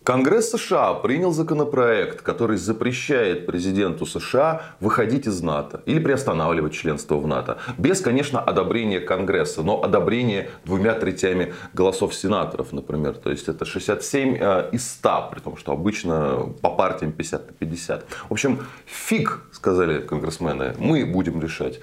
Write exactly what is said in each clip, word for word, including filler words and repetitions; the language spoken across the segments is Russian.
Конгресс США принял законопроект, который запрещает президенту США выходить из НАТО или приостанавливать членство в НАТО. Без, конечно, одобрения Конгресса, но одобрения двумя третями голосов сенаторов, например. То есть это шестьдесят семь из ста, при том, что обычно по партиям пятьдесят на пятьдесят. В общем, фиг, сказали конгрессмены, мы будем решать.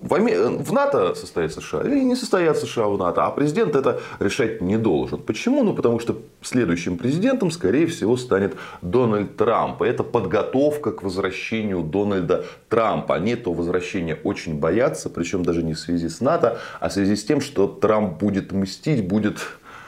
В НАТО состоит США или не состоят США в НАТО, а президент это решать не должен. Почему? Ну, потому что следующим президентом, скорее всего, станет Дональд Трамп. И это подготовка к возвращению Дональда Трампа. Они этого возвращения очень боятся, причем даже не в связи с НАТО, а в связи с тем, что Трамп будет мстить, будет...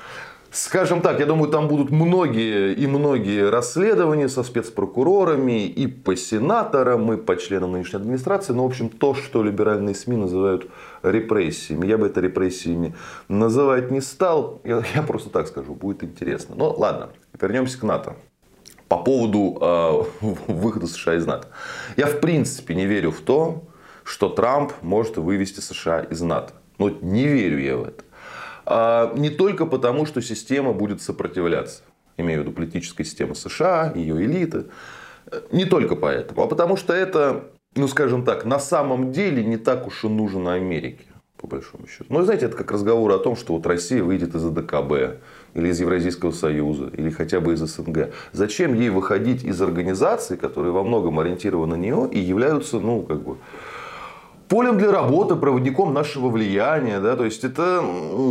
Скажем так, я думаю, там будут многие и многие расследования со спецпрокурорами и по сенаторам, и по членам нынешней администрации. Но, в общем, то, что либеральные СМИ называют репрессиями. Я бы это репрессиями называть не стал. Я, я просто так скажу, будет интересно. Но ладно, вернемся к НАТО. По поводу э, выхода США из НАТО. Я в принципе не верю в то, что Трамп может вывести США из НАТО. Ну, не верю я в это. Не только потому, что система будет сопротивляться. Имею в виду политическая система США, ее элиты. Не только поэтому. А потому что это, ну скажем так, на самом деле не так уж и нужно Америке. По большому счету. Ну, знаете, это как разговор о том, что вот Россия выйдет из АДКБ. Или из Евразийского союза. Или хотя бы из СНГ. Зачем ей выходить из организаций, которые во многом ориентированы на нее и являются, ну, как бы... полем для работы, проводником нашего влияния. Да? То есть это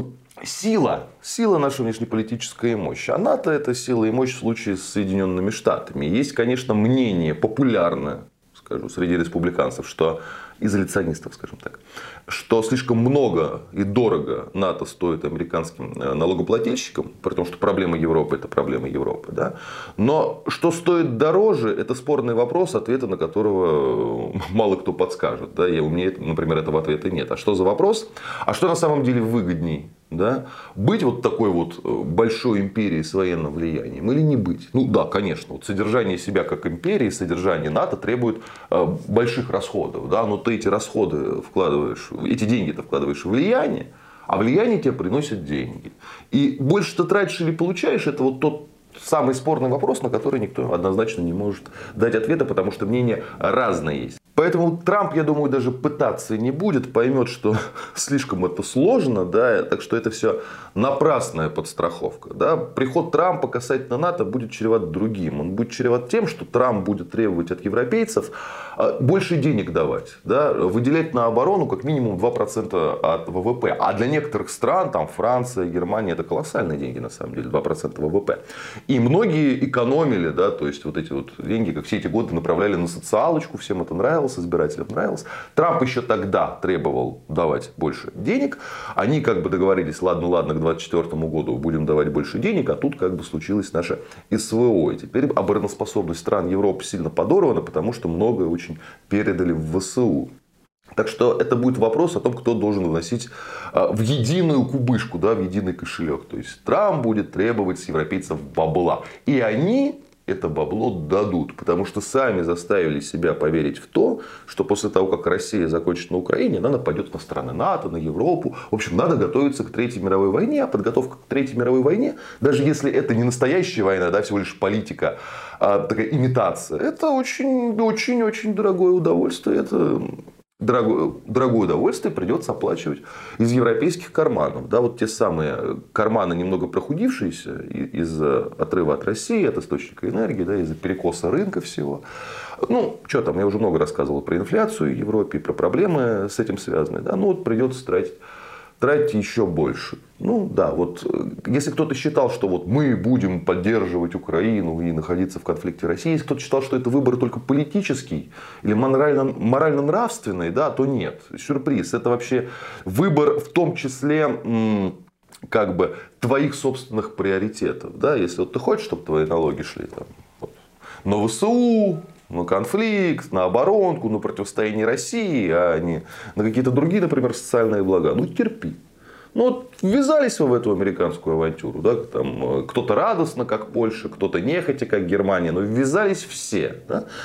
сила. Сила нашей внешнеполитической мощи. А НАТО это сила и мощь в случае с Соединенными Штатами. Есть, конечно, мнение популярное, скажу, среди республиканцев, что изоляционистов, скажем так, что слишком много и дорого НАТО стоит американским налогоплательщикам, при том, что проблема Европы это проблема Европы. Да? Но что стоит дороже, это спорный вопрос, ответа на которого мало кто подскажет. Да? И у меня, например, этого ответа нет. А что за вопрос? А что на самом деле выгодней? Да? Быть вот такой вот большой империей с военным влиянием или не быть? Ну да, конечно, вот содержание себя как империи, содержание НАТО требует больших расходов. Да? Но ты эти расходы вкладываешь, эти деньги ты вкладываешь в влияние, а влияние тебе приносит деньги. И больше ты тратишь или получаешь, это вот тот самый спорный вопрос, на который никто однозначно не может дать ответа, потому что мнения разные есть. Поэтому Трамп, я думаю, даже пытаться не будет, поймет, что слишком это сложно, да, так что это все напрасная подстраховка. Да. Приход Трампа касательно НАТО будет чреват другим. Он будет чреват тем, что Трамп будет требовать от европейцев больше денег давать, да, выделять на оборону как минимум два процента от ВВП. А для некоторых стран, там Франция, Германия, это колоссальные деньги на самом деле, два процента ВВП. И многие экономили, да, то есть вот эти вот деньги, как все эти годы направляли на социалочку, всем это нравилось. Избирателям нравилось. Трамп еще тогда требовал давать больше денег. Они как бы договорились, ладно, ладно, к двадцать четвёртому году будем давать больше денег, а тут как бы случилось наше СВО. И теперь обороноспособность стран Европы сильно подорвана, потому что многое очень передали в ВСУ. Так что это будет вопрос о том, кто должен вносить в единую кубышку, да, в единый кошелек. То есть Трамп будет требовать с европейцев бабла. И они это бабло дадут. Потому что сами заставили себя поверить в то, что после того, как Россия закончит на Украине, она нападет на страны НАТО, на Европу. В общем, надо готовиться к Третьей мировой войне. А подготовка к Третьей мировой войне, даже если это не настоящая война, да, всего лишь политика, а такая имитация, это очень-очень-очень дорогое удовольствие. Это... Дорогое, дорогое удовольствие придется оплачивать из европейских карманов. Да, вот те самые карманы, немного прохудившиеся из-за отрыва от России, от источника энергии, да, из-за перекоса рынка всего. Ну, что там, я уже много рассказывал про инфляцию в Европе, про проблемы с этим связанные. Да, ну, вот придется тратить, тратить еще больше. Ну, да, вот если кто-то считал, что вот мы будем поддерживать Украину и находиться в конфликте России, если кто-то считал, что это выбор только политический или морально-нравственный, да, то нет. Сюрприз. Это вообще выбор в том числе как бы твоих собственных приоритетов. Да? Если вот ты хочешь, чтобы твои налоги шли там, вот, на ВСУ, на конфликт, на оборонку, на противостояние России, а не на какие-то другие, например, социальные блага, ну терпи. Ну, вот ввязались вы в эту американскую авантюру. Да? Там, кто-то радостно, как Польша, кто-то нехотя, как Германия. Но ввязались все. Да?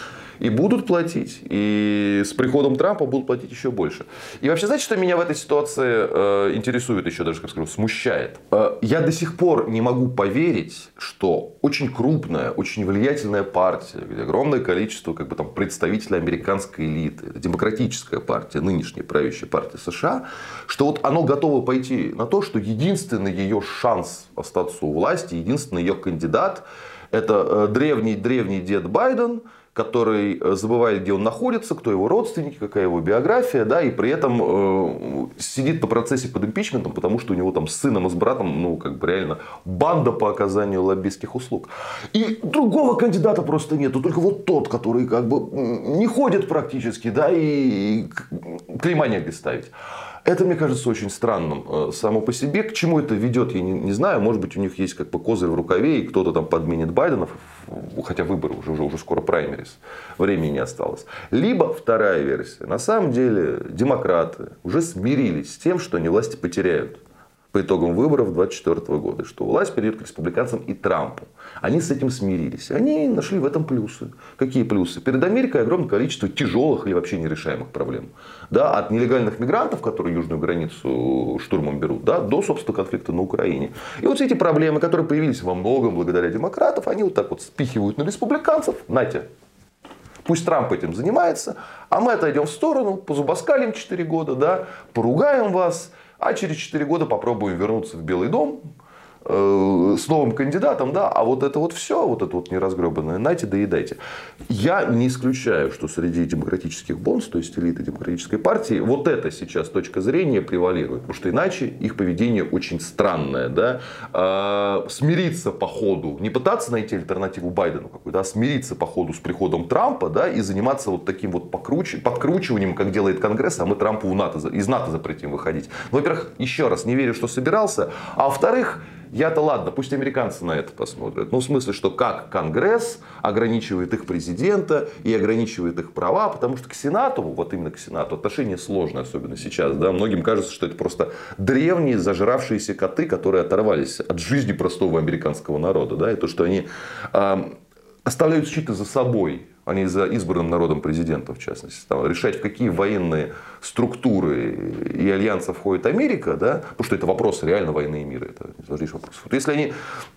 И будут платить. И с приходом Трампа будут платить еще больше. И вообще, знаете, что меня в этой ситуации э, интересует, еще даже, как скажу, смущает? Э, я до сих пор не могу поверить, что очень крупная, очень влиятельная партия, где огромное количество как бы, там, представителей американской элиты, демократическая партия, нынешняя правящая партия США, что вот оно готово пойти на то, что единственный ее шанс остаться у власти, единственный ее кандидат — это древний-древний дед Байден, который забывает, где он находится, кто его родственники, какая его биография, да, и при этом э, сидит на процессе под импичментом, потому что у него там с сыном и с братом, ну, как бы реально банда по оказанию лоббистских услуг. И другого кандидата просто нету, только вот тот, который как бы не ходит практически, да, и клейма негде ставить. Это, мне кажется, очень странным само по себе. К чему это ведет, я не, не знаю. Может быть, у них есть как бы козырь в рукаве, и кто-то там подменит Байденов, хотя выборы уже, уже, уже скоро праймерис, времени не осталось. Либо вторая версия. На самом деле, демократы уже смирились с тем, что они власти потеряют по итогам выборов две тысячи двадцать четвёртого года, что власть перейдет к республиканцам и Трампу. Они с этим смирились. Они нашли в этом плюсы. Какие плюсы? Перед Америкой огромное количество тяжелых или вообще нерешаемых проблем. Да, от нелегальных мигрантов, которые южную границу штурмом берут, да, до, собственно, конфликта на Украине. И вот все эти проблемы, которые появились во многом благодаря демократам, они вот так вот спихивают на республиканцев. Нате. Пусть Трамп этим занимается, а мы отойдем в сторону, позубоскалим четыре года, да, поругаем вас. А через четыре года попробуем вернуться в Белый дом э, с новым кандидатом. Да? А вот это вот все, вот это вот неразгребанное, найте, доедайте. Я не исключаю, что среди демократических бонс, то есть элиты демократической партии, вот эта сейчас точка зрения превалирует. Потому что иначе их поведение очень странное. Да? Э, смириться по ходу, не пытаться найти альтернативу Байдену какую-то, а смириться по ходу с приходом Трампа, да, и заниматься вот таким вот покруч... подкручиванием, как делает Конгресс, а мы Трампу в НАТО, из НАТО запретим выходить. Во-первых, еще раз, не верю, что собирался. А во-вторых, я-то ладно, пусть американцы на это посмотрят. Ну, в смысле, что как Конгресс ограничивает их президента и ограничивает их права, потому что к Сенату, вот именно к Сенату, отношение сложное, особенно сейчас. Да? Многим кажется, что это просто древние зажравшиеся коты, которые оторвались от жизни простого американского народа. Да? И то, что они э, оставляют щиты за собой, а не за избранным народом президента, в частности. Там, решать, в какие военные структуры и альянсы входит Америка, да? Потому что это вопрос реально войны и мира. Это важнейший вопрос. Вот если они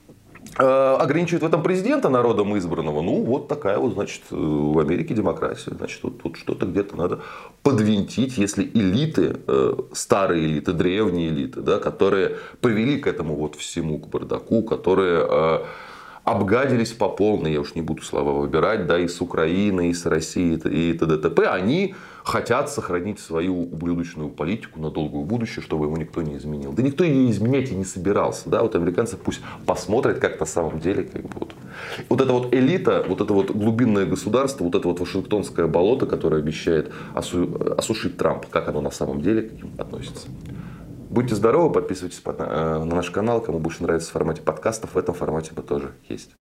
э, ограничивают в этом президента народом избранного, ну вот такая вот, значит, в Америке демократия. Значит, тут, тут что-то где-то надо подвинтить, если элиты, э, старые элиты, древние элиты, да, которые привели к этому вот всему, к бардаку, которые... Э, обгадились по полной, я уж не буду слова выбирать, да, и с Украиной, и с Россией, и т.д. т.п. Они хотят сохранить свою ублюдочную политику на долгое будущее, чтобы ему никто не изменил. Да никто ее изменять и не собирался. Да? Вот американцы пусть посмотрят, как на самом деле. Как бы вот. Вот эта вот элита, вот это вот глубинное государство, вот это вот вашингтонское болото, которое обещает осу- осушить Трамп, как оно на самом деле к ним относится. Будьте здоровы, подписывайтесь на наш канал. Кому больше нравится в формате подкастов, в этом формате мы тоже есть.